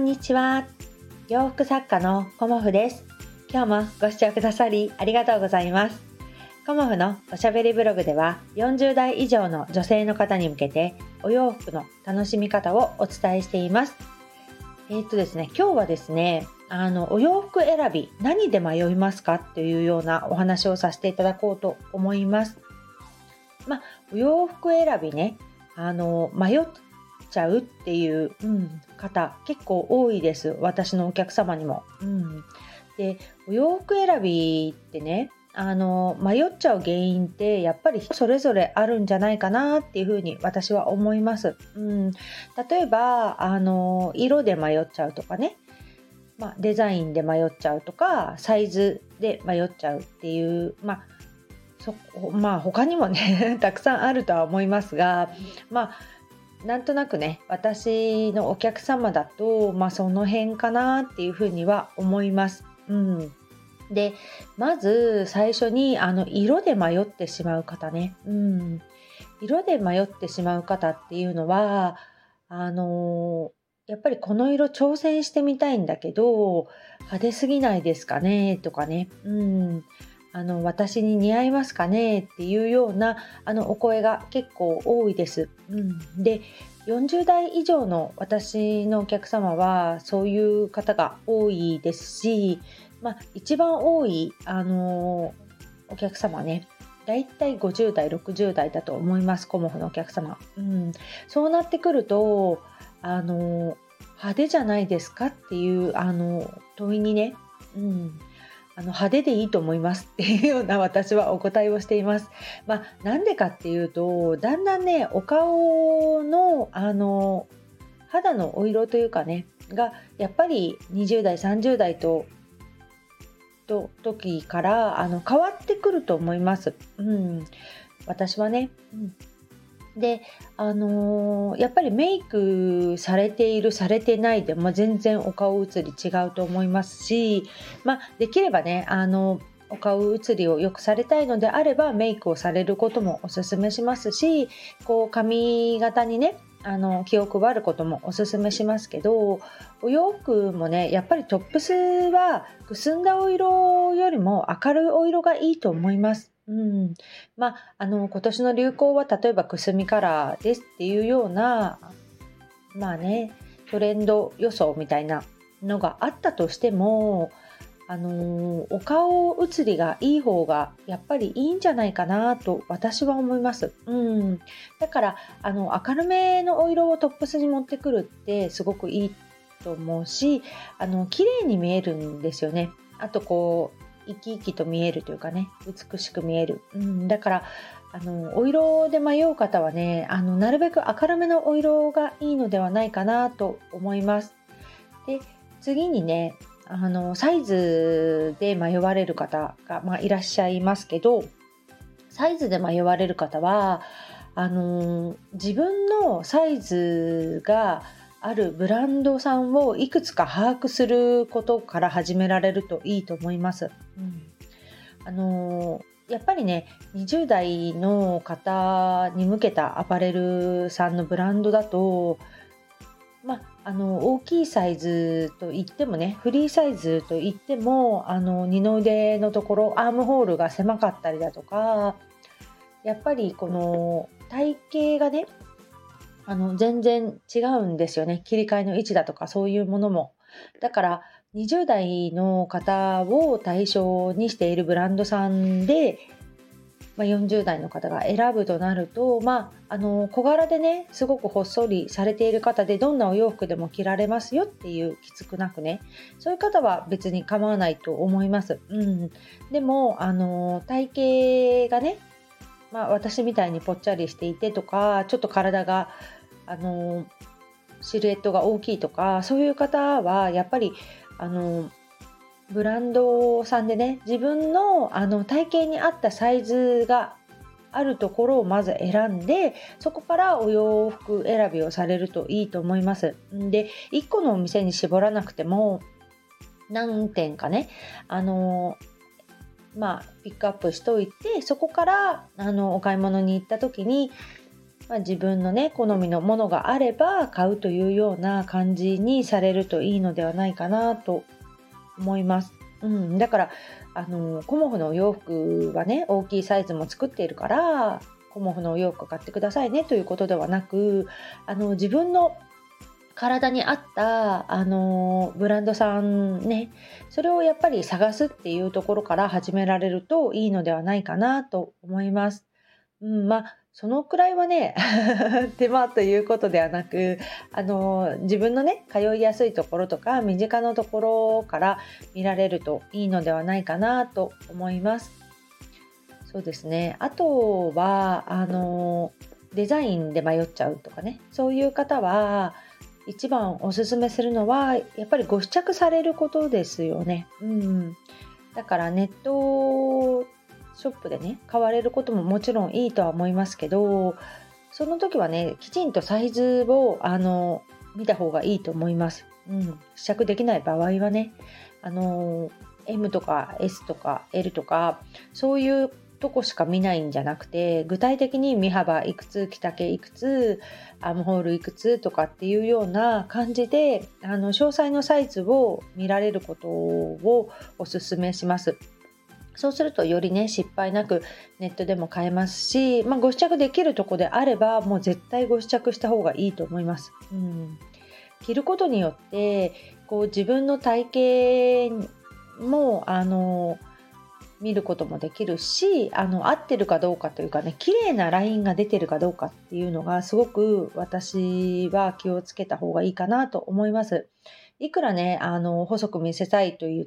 んにちは。洋服作家のコモフです。今日もご視聴くださりありがとうございます。コモフのおしゃべりブログでは40代以上の女性の方に向けてお洋服の楽しみ方をお伝えしています。ですね、今日はですね、お洋服選び何で迷いますかというようなお話をさせていただこうと思います。お洋服選びね、迷っちゃうっていう、方結構多いです。私のお客様にも。で、お洋服選びってね、迷っちゃう原因ってやっぱりそれぞれあるんじゃないかなっていうふうに私は思います。例えば色で迷っちゃうとかね、デザインで迷っちゃうとか、サイズで迷っちゃうっていう、他にもねたくさんあるとは思いますが、なんとなくね、私のお客様だと、その辺かなっていうふうには思います。で、まず最初に色で迷ってしまう方ね。色で迷ってしまう方っていうのは、やっぱりこの色挑戦してみたいんだけど、派手すぎないですかねとかね。私に似合いますかねっていうようなお声が結構多いです。で、40代以上の私のお客様はそういう方が多いですし、一番多い、お客様ね、だいたい50代、60代だと思います、コモフのお客様。そうなってくると、派手じゃないですかっていう問いにね、派手でいいと思いますっていうような私はお答えをしています。なんでかっていうと、だんだんね、お顔の肌のお色というかね、がやっぱり20代、30代時から変わってくると思います。私はね。で、やっぱりメイクされているされてないで、全然お顔写り違うと思いますし、できればねお顔写りをよくされたいのであればメイクをされることもおすすめしますし、髪型にね気を配ることもおすすめしますけど、お洋服もねやっぱりトップスはくすんだお色よりも明るいお色がいいと思います。今年の流行は例えばくすみカラーですっていうようなトレンド予想みたいなのがあったとしても、お顔写りがいい方がやっぱりいいんじゃないかなと私は思います。だから明るめのお色をトップスに持ってくるってすごくいいと思うし、綺麗に見えるんですよね。あと生き生きと見えるというかね、美しく見える。だからお色で迷う方はね、なるべく明るめのお色がいいのではないかなと思います。で、次にね、サイズで迷われる方が、いらっしゃいますけど、サイズで迷われる方は自分のサイズがあるブランドさんをいくつか把握することから始められるといいと思います。やっぱりね、20代の方に向けたアパレルさんのブランドだと、大きいサイズといってもね、フリーサイズといっても二の腕のところアームホールが狭かったりだとか、やっぱりこの体型がね全然違うんですよね。切り替えの位置だとかそういうものも。だから20代の方を対象にしているブランドさんで、40代の方が選ぶとなると、小柄でねすごくほっそりされている方でどんなお洋服でも着られますよっていうきつくなくね、そういう方は別に構わないと思います。でも体型がね、私みたいにぽっちゃりしていてとか、ちょっと体がシルエットが大きいとか、そういう方はやっぱりブランドさんでね、自分の体型に合ったサイズがあるところをまず選んで、そこからお洋服選びをされるといいと思います。で、1個のお店に絞らなくても何点かねピックアップしておいて、そこからお買い物に行った時に自分のね好みのものがあれば買うというような感じにされるといいのではないかなと思います。だからコモフのお洋服はね大きいサイズも作っているからコモフのお洋服買ってくださいねということではなく、自分の体に合った、ブランドさんね、それをやっぱり探すっていうところから始められるといいのではないかなと思います。そのくらいはね手間ということではなく、自分のね通いやすいところとか身近なところから見られるといいのではないかなと思います。そうですね。あとはデザインで迷っちゃうとかね、そういう方は一番おすすめするのはやっぱりご試着されることですよね。だからネットショップでね買われることももちろんいいとは思いますけど、その時はねきちんとサイズを見た方がいいと思います。試着できない場合はね、M とか S とか L とかそういうとこしか見ないんじゃなくて、具体的に身幅いくつ、着丈いくつ、アームホールいくつとかっていうような感じで詳細のサイズを見られることをお勧めします。そうするとよりね失敗なくネットでも買えますし、ご試着できるとこであればもう絶対ご試着した方がいいと思います。着ることによってこう自分の体型も見ることもできるし、合ってるかどうかというかね、綺麗なラインが出てるかどうかっていうのがすごく私は気をつけた方がいいかなと思います。いくらね、細く見せたいと言って、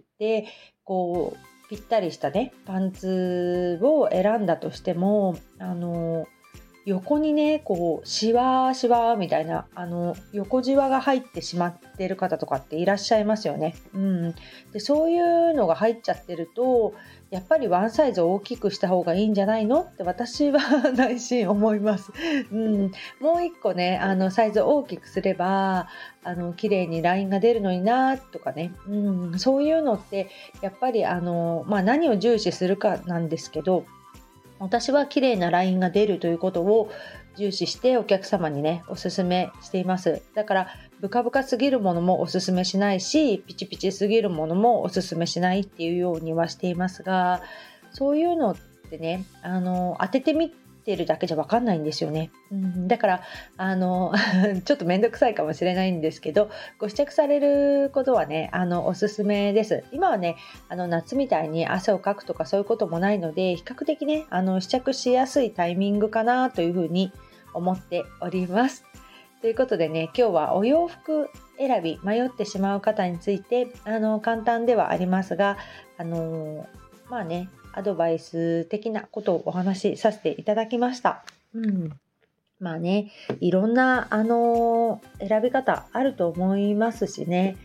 こう、ぴったりしたね、パンツを選んだとしても、横にね、こう、シワシワみたいな、横じわが入ってしまってる方とかっていらっしゃいますよね。で、そういうのが入っちゃってると、やっぱりワンサイズ大きくした方がいいんじゃないのって私は内心思います。もう一個ね、サイズ大きくすれば、綺麗にラインが出るのになとかね。そういうのって、やっぱり何を重視するかなんですけど、私は綺麗なラインが出るということを重視してお客様にねおすすめしています。だからブカブカすぎるものもおすすめしないし、ピチピチすぎるものもおすすめしないっていうようにはしていますが、そういうのってね当ててみてるだけじゃ分かんないんですよね。だからちょっと面倒くさいかもしれないんですけど、ご試着されることはねおすすめです。今はね夏みたいに汗をかくとかそういうこともないので、比較的ね試着しやすいタイミングかなというふうに思っております。ということでね、今日はお洋服選び迷ってしまう方について簡単ではありますがアドバイス的なことをお話しさせていただきました。いろんな選び方あると思いますしね。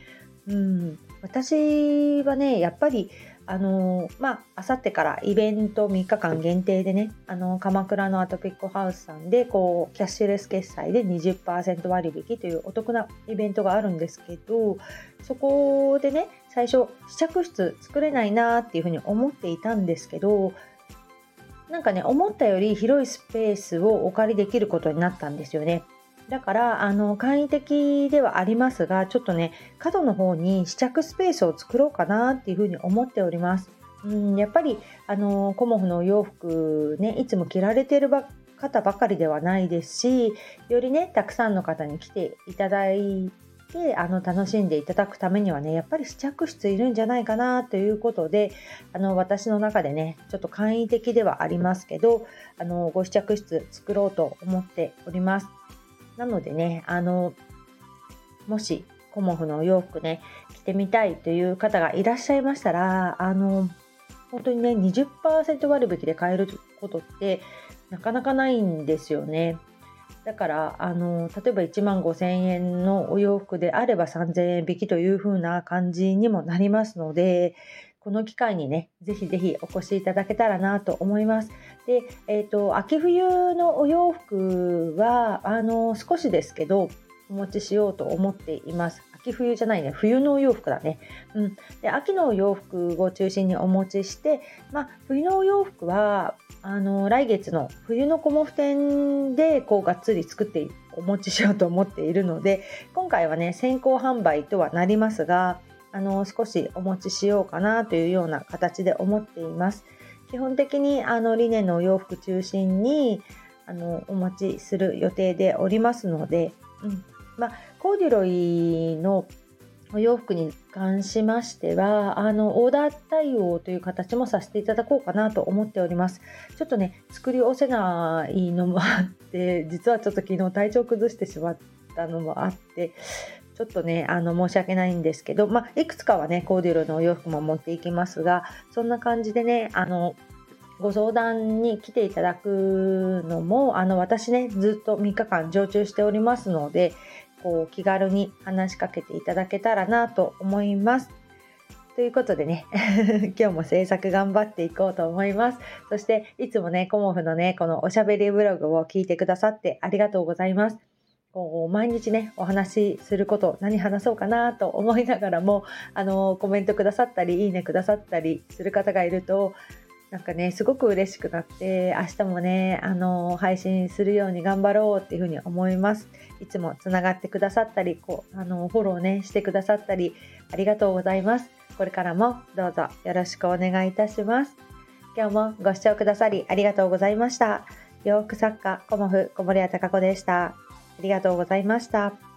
私はねやっぱりあさってからイベント3日間限定でね鎌倉のアトピックハウスさんでこうキャッシュレス決済で 20% 割引というお得なイベントがあるんですけど、そこでね最初試着室作れないなっていうふうに思っていたんですけど、なんかね思ったより広いスペースをお借りできることになったんですよね。だから簡易的ではありますが、ちょっとね角の方に試着スペースを作ろうかなっていうふうに思っております。やっぱりコモフのお洋服ねいつも着られている方ばかりではないですし、よりねたくさんの方に来ていただいて楽しんでいただくためにはねやっぱり試着室いるんじゃないかなということで、私の中でねちょっと簡易的ではありますけどご試着室作ろうと思っております。なのでねもしコモフのお洋服ね着てみたいという方がいらっしゃいましたら本当にね 20% 割引で買えることってなかなかないんですよね。だから例えば15,000円のお洋服であれば3000円引きという風な感じにもなりますので、この機会にねぜひぜひお越しいただけたらなと思います。で、秋冬のお洋服は少しですけどお持ちしようと思っています。 秋冬じゃないね、冬のお洋服だね。で、秋のお洋服を中心にお持ちして、冬のお洋服は来月の冬のコモフ展でがっつり作ってお持ちしようと思っているので、今回はね先行販売とはなりますが、少しお持ちしようかなというような形で思っています。基本的にリネンのお洋服中心にお持ちする予定でおりますので、コーデュロイのお洋服に関しましてはオーダー対応という形もさせていただこうかなと思っております。ちょっとね作りおせないのもあって、実はちょっと昨日体調崩してしまったのもあって、ちょっとね申し訳ないんですけど、いくつかはねコーデュロイのお洋服も持っていきますが、そんな感じでねご相談に来ていただくのも私ねずっと3日間常駐しておりますので、気軽に話しかけていただけたらなと思います。ということでね今日も制作頑張っていこうと思います。そしていつもねコモフのねこのおしゃべりブログを聞いてくださってありがとうございます。毎日ねお話しすること何話そうかなと思いながらもコメントくださったりいいねくださったりする方がいるとなんかねすごく嬉しくなって、明日もね配信するように頑張ろうっていうふうに思います。いつもつながってくださったりフォローねしてくださったりありがとうございます。これからもどうぞよろしくお願いいたします。今日もご視聴くださりありがとうございました。洋服作家コモフ小森屋隆子でした。ありがとうございました。